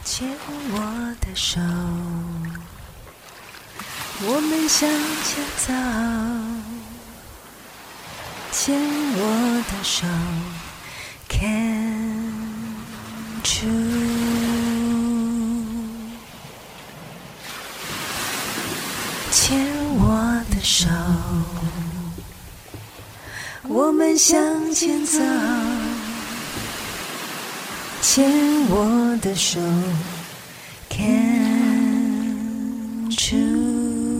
牵我的手，我们向前走。牵我的手 ，Can't you？ 牵我的手，我们向前走。牵我的手 ，Can't you？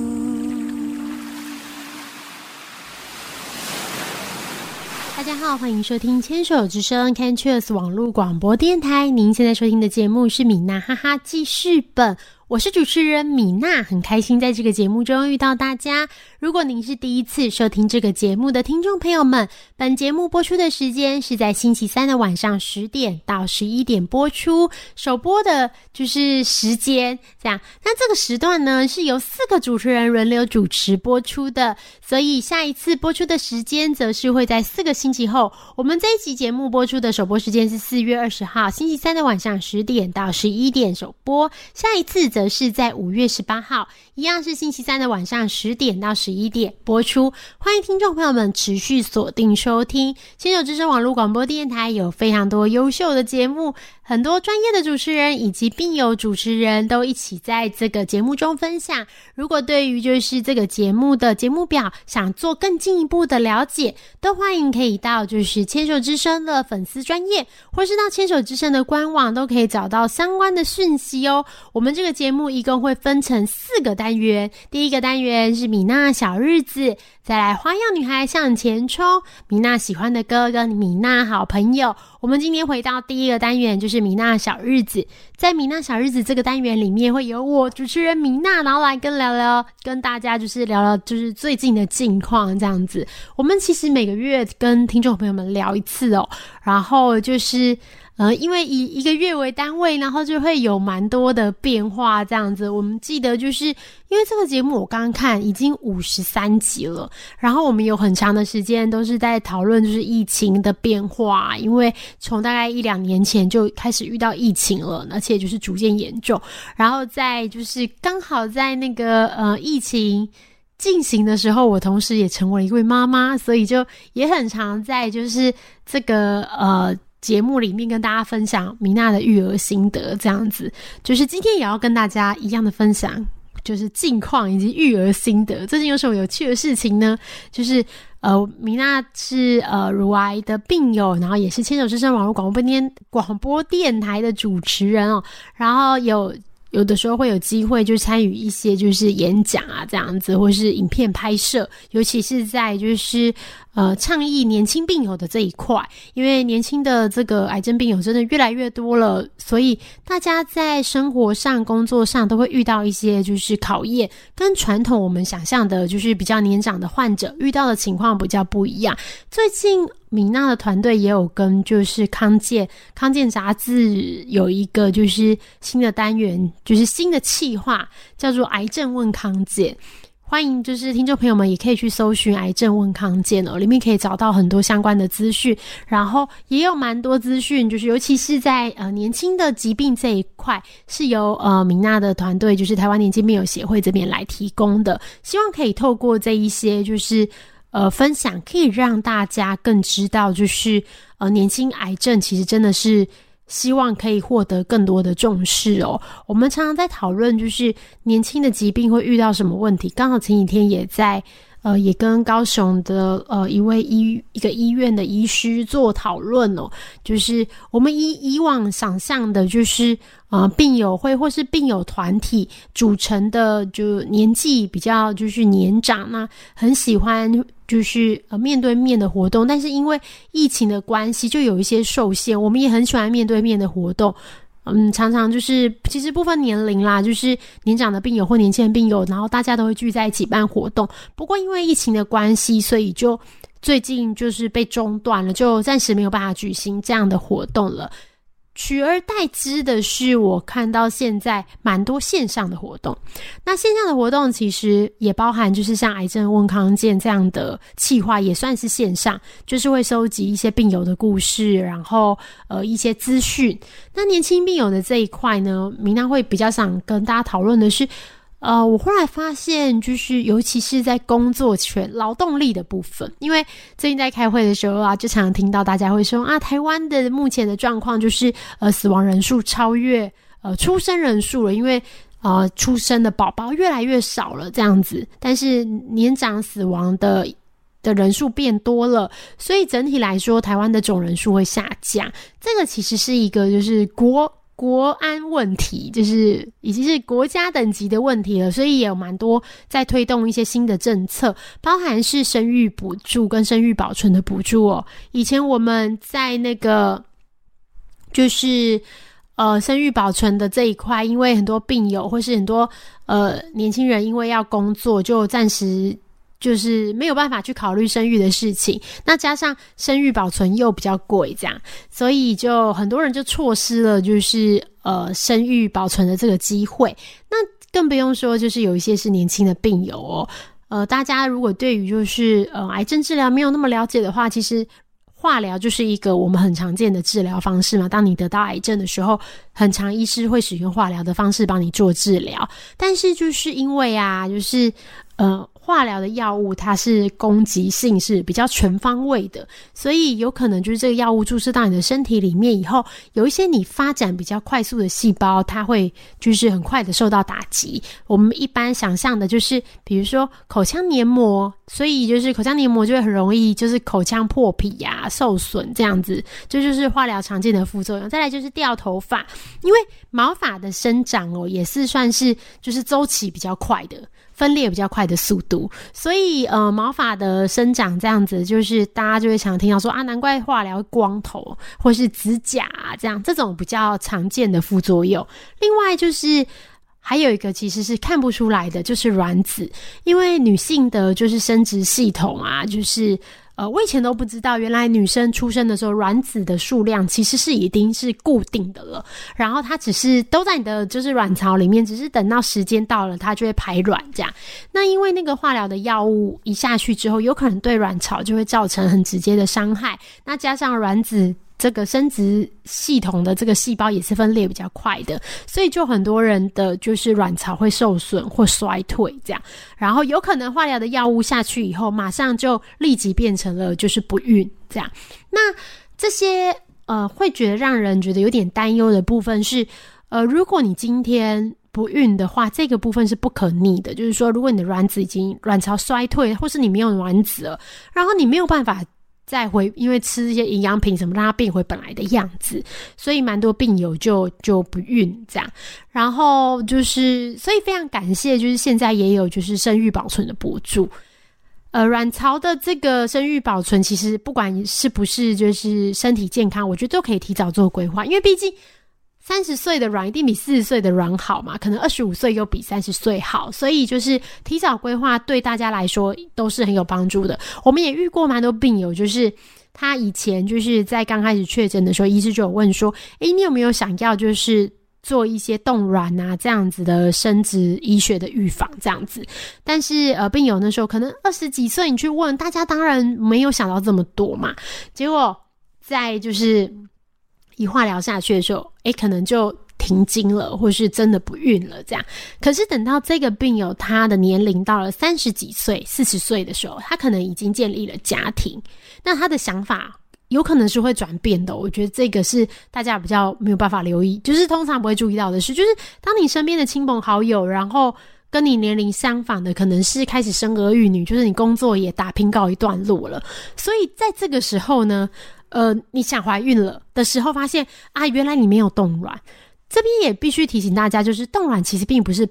大家好，欢迎收听牵手之声 Can't you 网络广播电台。您现在收听的节目是米娜哈哈记事本。我是主持人米娜，很开心在这个节目中遇到大家。如果您是第一次收听这个节目的听众朋友们，本节目播出的时间是在星期三的晚上10点到11点播出，首播的就是时间这样。那这个时段呢是由4个主持人轮流主持播出的，所以下一次播出的时间则是会在4个星期后。我们这一期节目播出的首播时间是4月20号星期三的晚上10点到11点首播，下一次则是在5月18号，一样是星期三的晚上10点到11点播出。欢迎听众朋友们持续锁定收听牵手之声网络广播电台，有非常多优秀的节目，很多专业的主持人以及病友主持人都一起在这个节目中分享。如果对于就是这个节目的节目表想做更进一步的了解，都欢迎可以到就是牵手之声的粉丝专页，或是到牵手之声的官网，都可以找到相关的讯息哦。我们这个节目一共会分成4个单元，第一个单元是米娜小日子，再来花样女孩向前冲，米娜喜欢的歌跟米娜好朋友。我们今天回到第一个单元，就是米娜小日子。在米娜小日子这个单元里面，会有我主持人米娜，然后来跟大家就是聊聊就是最近的近况这样子。我们其实每个月跟听众朋友们聊一次哦，然后就是因为以一个月为单位，然后就会有蛮多的变化这样子。我们记得就是因为这个节目我刚刚看已经53集了，然后我们有很长的时间都是在讨论就是疫情的变化，因为从大概1-2年前就开始遇到疫情了，而且就是逐渐严重，然后在就是刚好在那个疫情进行的时候，我同时也成为一位妈妈，所以就也很常在就是这个节目里面跟大家分享米娜的育儿心得这样子。就是今天也要跟大家一样的分享就是近况以及育儿心得。最近有什么有趣的事情呢？就是米娜是乳癌的病友，然后也是牵手之声网络广播电台的主持人哦，然后有的时候会有机会就参与一些就是演讲啊这样子，或是影片拍摄，尤其是在就是倡议年轻病友的这一块，因为年轻的这个癌症病友真的越来越多了，所以大家在生活上工作上都会遇到一些就是考验，跟传统我们想象的就是比较年长的患者遇到的情况比较不一样。最近米娜的团队也有跟就是康健杂志有一个就是新的单元，就是新的企划叫做癌症问康健。欢迎就是听众朋友们也可以去搜寻癌症问康健哦，里面可以找到很多相关的资讯，然后也有蛮多资讯，就是尤其是在年轻的疾病这一块，是由米娜的团队就是台湾年轻病友协会这边来提供的，希望可以透过这一些就是分享，可以让大家更知道就是年轻癌症其实真的是希望可以获得更多的重视哦。我们常常在讨论就是年轻的疾病会遇到什么问题，刚好前几天也在也跟高雄的一个医院的医师做讨论哦，就是我们以往想象的就是病友会或是病友团体组成的，就年纪比较就是年长，那很喜欢就是面对面的活动，但是因为疫情的关系就有一些受限，我们也很喜欢面对面的活动。常常就是其实不分年龄啦，就是年长的病友或年轻的病友，然后大家都会聚在一起办活动。不过因为疫情的关系，所以就最近就是被中断了，就暂时没有办法举行这样的活动了。 取而代之的是，我看到现在蛮多线上的活动。那线上的活动其实也包含就是像癌症问康健这样的企划，也算是线上，就是会收集一些病友的故事，然后一些资讯。那年轻病友的这一块呢，明娜会比较想跟大家讨论的是我后来发现，就是尤其是在工作权、劳动力的部分，因为最近在开会的时候啊，就常常听到大家会说啊，台湾的目前的状况就是死亡人数超越出生人数了，因为出生的宝宝越来越少了这样子，但是年长死亡的人数变多了，所以整体来说，台湾的总人数会下降。这个其实是一个就是国安问题，就是已经是国家等级的问题了，所以也有蛮多在推动一些新的政策，包含是生育补助跟生育保存的补助哦。以前我们在那个就是生育保存的这一块，因为很多病友或是很多年轻人因为要工作，就暂时就是没有办法去考虑生育的事情，那加上生育保存又比较贵这样，所以就很多人就错失了就是生育保存的这个机会。那更不用说就是有一些是年轻的病友哦，大家如果对于就是癌症治疗没有那么了解的话，其实化疗就是一个我们很常见的治疗方式嘛，当你得到癌症的时候，很常医师会使用化疗的方式帮你做治疗。但是就是因为就是化疗的药物它是攻击性是比较全方位的，所以有可能就是这个药物注射到你的身体里面以后，有一些你发展比较快速的细胞，它会就是很快的受到打击。我们一般想象的就是比如说口腔黏膜，所以就是口腔黏膜就会很容易就是口腔破皮受损这样子，这就是化疗常见的副作用。再来就是掉头发，因为毛发的生长也是算是就是周期比较快的，分裂比较快的速度，所以毛发的生长这样子，就是大家就会常听到说难怪化疗光头或是指甲这种比较常见的副作用。另外就是还有一个其实是看不出来的，就是卵子，因为女性的就是生殖系统就是我以前都不知道，原来女生出生的时候卵子的数量其实是已经是固定的了，然后它只是都在你的就是卵巢里面，只是等到时间到了它就会排卵这样。那因为那个化疗的药物一下去之后，有可能对卵巢就会造成很直接的伤害，那加上卵子这个生殖系统的这个细胞也是分裂比较快的，所以就很多人的就是卵巢会受损或衰退这样，然后有可能化疗的药物下去以后马上就立即变成了就是不孕这样。那这些会觉得让人觉得有点担忧的部分是如果你今天不孕的话，这个部分是不可逆的，就是说如果你的卵子已经卵巢衰退，或是你没有卵子了，然后你没有办法再回，因为吃一些营养品什么让它变回本来的样子，所以蛮多病友就不孕这样。然后就是所以非常感谢就是现在也有就是生育保存的补助。卵巢的这个生育保存其实不管是不是就是身体健康，我觉得都可以提早做规划，因为毕竟30岁的卵一定比40岁的卵好嘛，可能25岁又比30岁好，所以就是提早规划对大家来说都是很有帮助的。我们也遇过蛮多病友，就是他以前就是在刚开始确诊的时候，医师就有问说你有没有想要就是做一些冻卵这样子的生殖医学的预防这样子，但是病友那时候可能20几岁，你去问大家当然没有想到这么多嘛，结果在就是一化疗下去的时候可能就停经了，或是真的不孕了这样。可是等到这个病友他的年龄到了30几岁40岁的时候，他可能已经建立了家庭，那他的想法有可能是会转变的。我觉得这个是大家比较没有办法留意，就是通常不会注意到的事，就是当你身边的亲朋好友，然后跟你年龄相仿的可能是开始生儿育女，就是你工作也打拼告一段落了，所以在这个时候呢你想怀孕了的时候发现原来你没有冻卵。这边也必须提醒大家，就是冻卵其实并不是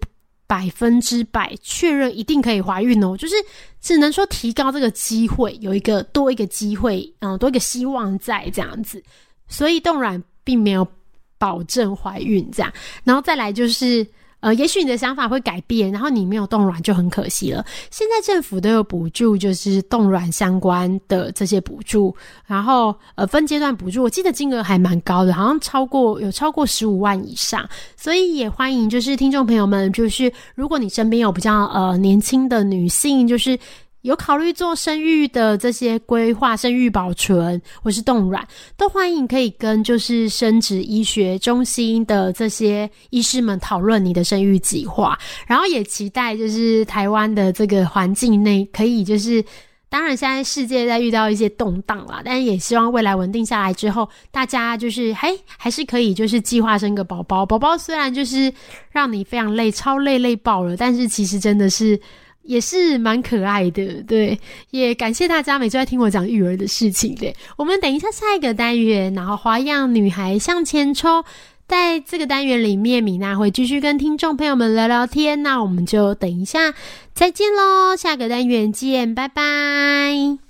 100%确认一定可以怀孕就是只能说提高这个机会，有多一个机会多一个希望在这样子，所以冻卵并没有保证怀孕这样。然后再来就是也许你的想法会改变，然后你没有冻卵就很可惜了。现在政府都有补助，就是冻卵相关的这些补助，然后分阶段补助，我记得金额还蛮高的，好像超过15万以上。所以也欢迎就是听众朋友们，就是如果你身边有比较年轻的女性，就是有考虑做生育的这些规划，生育保存或是冻卵，都欢迎可以跟就是生殖医学中心的这些医师们讨论你的生育计划，然后也期待就是台湾的这个环境内可以就是当然现在世界在遇到一些动荡啦，但也希望未来稳定下来之后，大家就是还是可以就是计划生个宝宝。宝宝虽然就是让你非常累，超累爆了，但是其实真的是也是蛮可爱的。对，也感谢大家每周在听我讲育儿的事情。对，我们等一下下一个单元，然后花样女孩向前冲，在这个单元里面，米娜会继续跟听众朋友们聊聊天，那我们就等一下再见咯，下个单元见，拜拜。